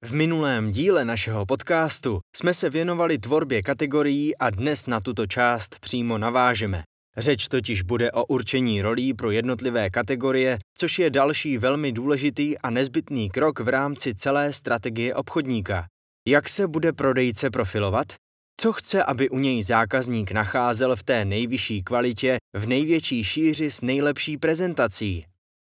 V minulém díle našeho podcastu jsme se věnovali tvorbě kategorií a dnes na tuto část přímo navážeme. Řeč totiž bude o určení rolí pro jednotlivé kategorie, což je další velmi důležitý a nezbytný krok v rámci celé strategie obchodníka. Jak se bude prodejce profilovat? Co chce, aby u něj zákazník nacházel v té nejvyšší kvalitě, v největší šíři s nejlepší prezentací?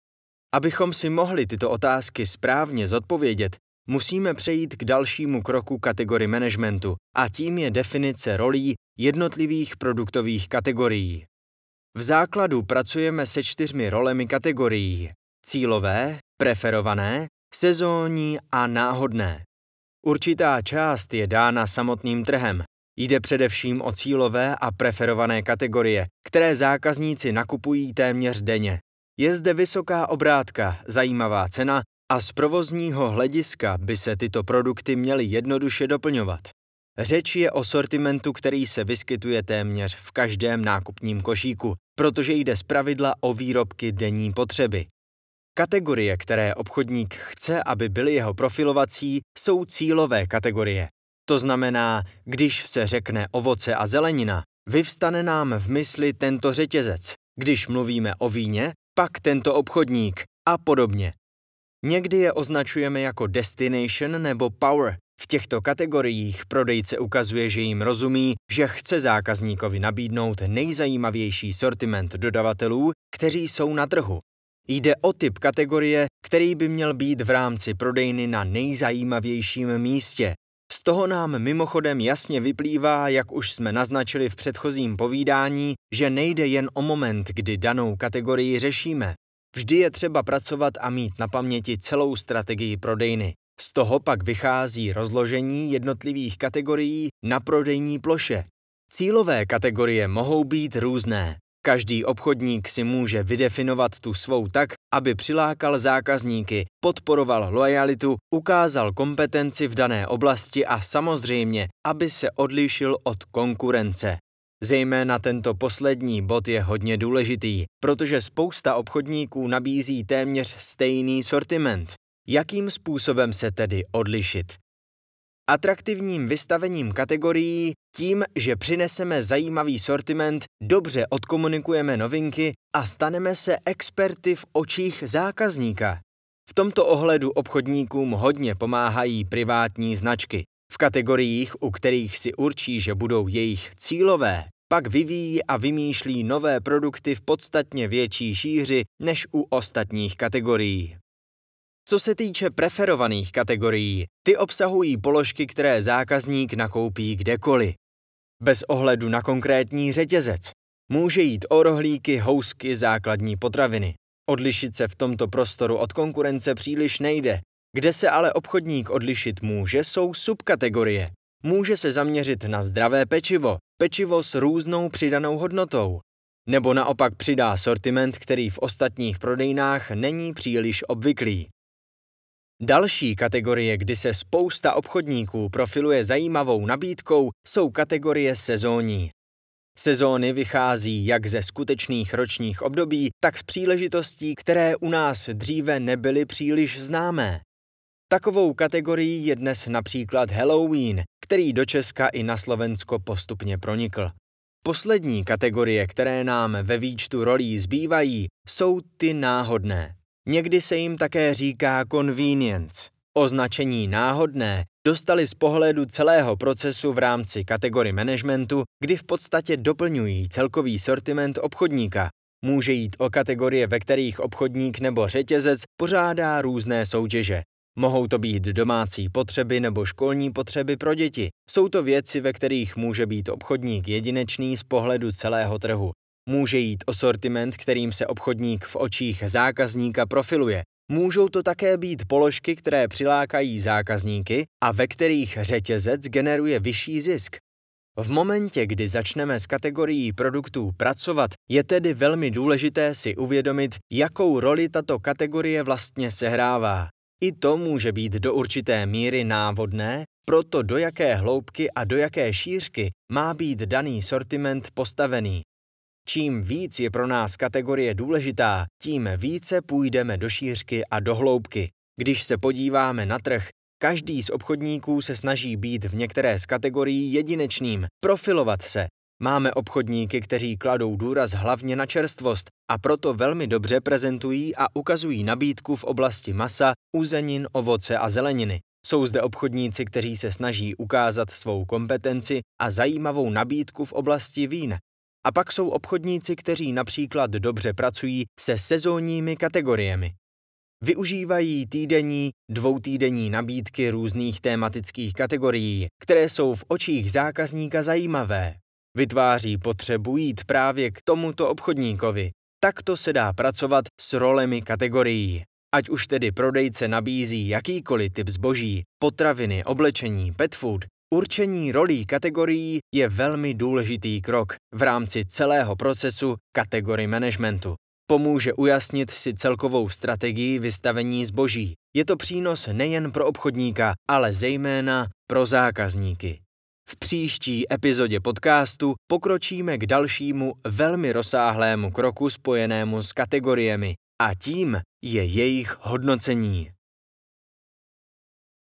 Abychom si mohli tyto otázky správně zodpovědět, musíme přejít k dalšímu kroku kategorii managementu a tím je definice rolí jednotlivých produktových kategorií. V základu pracujeme se 4 rolemi kategorií: cílové, preferované, sezónní a náhodné. Určitá část je dána samotným trhem. Jde především o cílové a preferované kategorie, které zákazníci nakupují téměř denně. Je zde vysoká obrátka, zajímavá cena a z provozního hlediska by se tyto produkty měly jednoduše doplňovat. Řeč je o sortimentu, který se vyskytuje téměř v každém nákupním košíku, protože jde zpravidla o výrobky denní potřeby. Kategorie, které obchodník chce, aby byly jeho profilovací, jsou cílové kategorie. To znamená, když se řekne ovoce a zelenina, vyvstane nám v mysli tento řetězec. Když mluvíme o víně, pak tento obchodník a podobně. Někdy je označujeme jako destination nebo power. V těchto kategoriích prodejce ukazuje, že jim rozumí, že chce zákazníkovi nabídnout nejzajímavější sortiment dodavatelů, kteří jsou na trhu. Jde o typ kategorie, který by měl být v rámci prodejny na nejzajímavějším místě. Z toho nám mimochodem jasně vyplývá, jak už jsme naznačili v předchozím povídání, že nejde jen o moment, kdy danou kategorii řešíme. Vždy je třeba pracovat a mít na paměti celou strategii prodejny. Z toho pak vychází rozložení jednotlivých kategorií na prodejní ploše. Cílové kategorie mohou být různé. Každý obchodník si může vydefinovat tu svou tak, aby přilákal zákazníky, podporoval loajalitu, ukázal kompetenci v dané oblasti a samozřejmě, aby se odlišil od konkurence. Zejména tento poslední bod je hodně důležitý, protože spousta obchodníků nabízí téměř stejný sortiment. Jakým způsobem se tedy odlišit? Atraktivním vystavením kategorií, tím, že přineseme zajímavý sortiment, dobře odkomunikujeme novinky a staneme se experty v očích zákazníka. V tomto ohledu obchodníkům hodně pomáhají privátní značky. V kategoriích, u kterých si určí, že budou jejich cílové, pak vyvíjí a vymýšlí nové produkty v podstatně větší šíři než u ostatních kategorií. Co se týče preferovaných kategorií, ty obsahují položky, které zákazník nakoupí kdekoliv. Bez ohledu na konkrétní řetězec. Může jít o rohlíky, housky, základní potraviny. Odlišit se v tomto prostoru od konkurence příliš nejde. Kde se ale obchodník odlišit může, jsou subkategorie. Může se zaměřit na zdravé pečivo, pečivo s různou přidanou hodnotou. Nebo naopak přidá sortiment, který v ostatních prodejnách není příliš obvyklý. Další kategorie, kdy se spousta obchodníků profiluje zajímavou nabídkou, jsou kategorie sezónní. Sezóny vychází jak ze skutečných ročních období, tak z příležitostí, které u nás dříve nebyly příliš známé. Takovou kategorií je dnes například Halloween, který do Česka i na Slovensko postupně pronikl. Poslední kategorie, které nám ve výčtu rolí zbývají, jsou ty náhodné. Někdy se jim také říká convenience. Označení náhodné dostali z pohledu celého procesu v rámci kategorie managementu, kdy v podstatě doplňují celkový sortiment obchodníka. Může jít o kategorie, ve kterých obchodník nebo řetězec pořádá různé soutěže. Mohou to být domácí potřeby nebo školní potřeby pro děti. Jsou to věci, ve kterých může být obchodník jedinečný z pohledu celého trhu. Může jít o sortiment, kterým se obchodník v očích zákazníka profiluje. Můžou to také být položky, které přilákají zákazníky a ve kterých řetězec generuje vyšší zisk. V momentě, kdy začneme s kategorií produktů pracovat, je tedy velmi důležité si uvědomit, jakou roli tato kategorie vlastně sehrává. I to může být do určité míry návodné, proto do jaké hloubky a do jaké šířky má být daný sortiment postavený. Čím víc je pro nás kategorie důležitá, tím více půjdeme do šířky a do hloubky. Když se podíváme na trh, Každý z obchodníků se snaží být v některé z kategorií jedinečným, profilovat se. Máme obchodníky, kteří kladou důraz hlavně na čerstvost a proto velmi dobře prezentují a ukazují nabídku v oblasti masa, uzenin, ovoce a zeleniny. Jsou zde obchodníci, kteří se snaží ukázat svou kompetenci a zajímavou nabídku v oblasti vín. A pak jsou obchodníci, kteří například dobře pracují se sezónními kategoriemi. Využívají týdenní, dvoutýdenní nabídky různých tematických kategorií, které jsou v očích zákazníka zajímavé. Vytváří potřebu jít právě k tomuto obchodníkovi. Takto se dá pracovat s rolemi kategorií. Ať už tedy prodejce nabízí jakýkoliv typ zboží, potraviny, oblečení, pet food, určení rolí kategorií je velmi důležitý krok v rámci celého procesu category managementu. Pomůže ujasnit si celkovou strategii vystavení zboží. Je to přínos nejen pro obchodníka, ale zejména pro zákazníky. V příští epizodě podcastu pokročíme k dalšímu velmi rozsáhlému kroku spojenému s kategoriemi a tím je jejich hodnocení.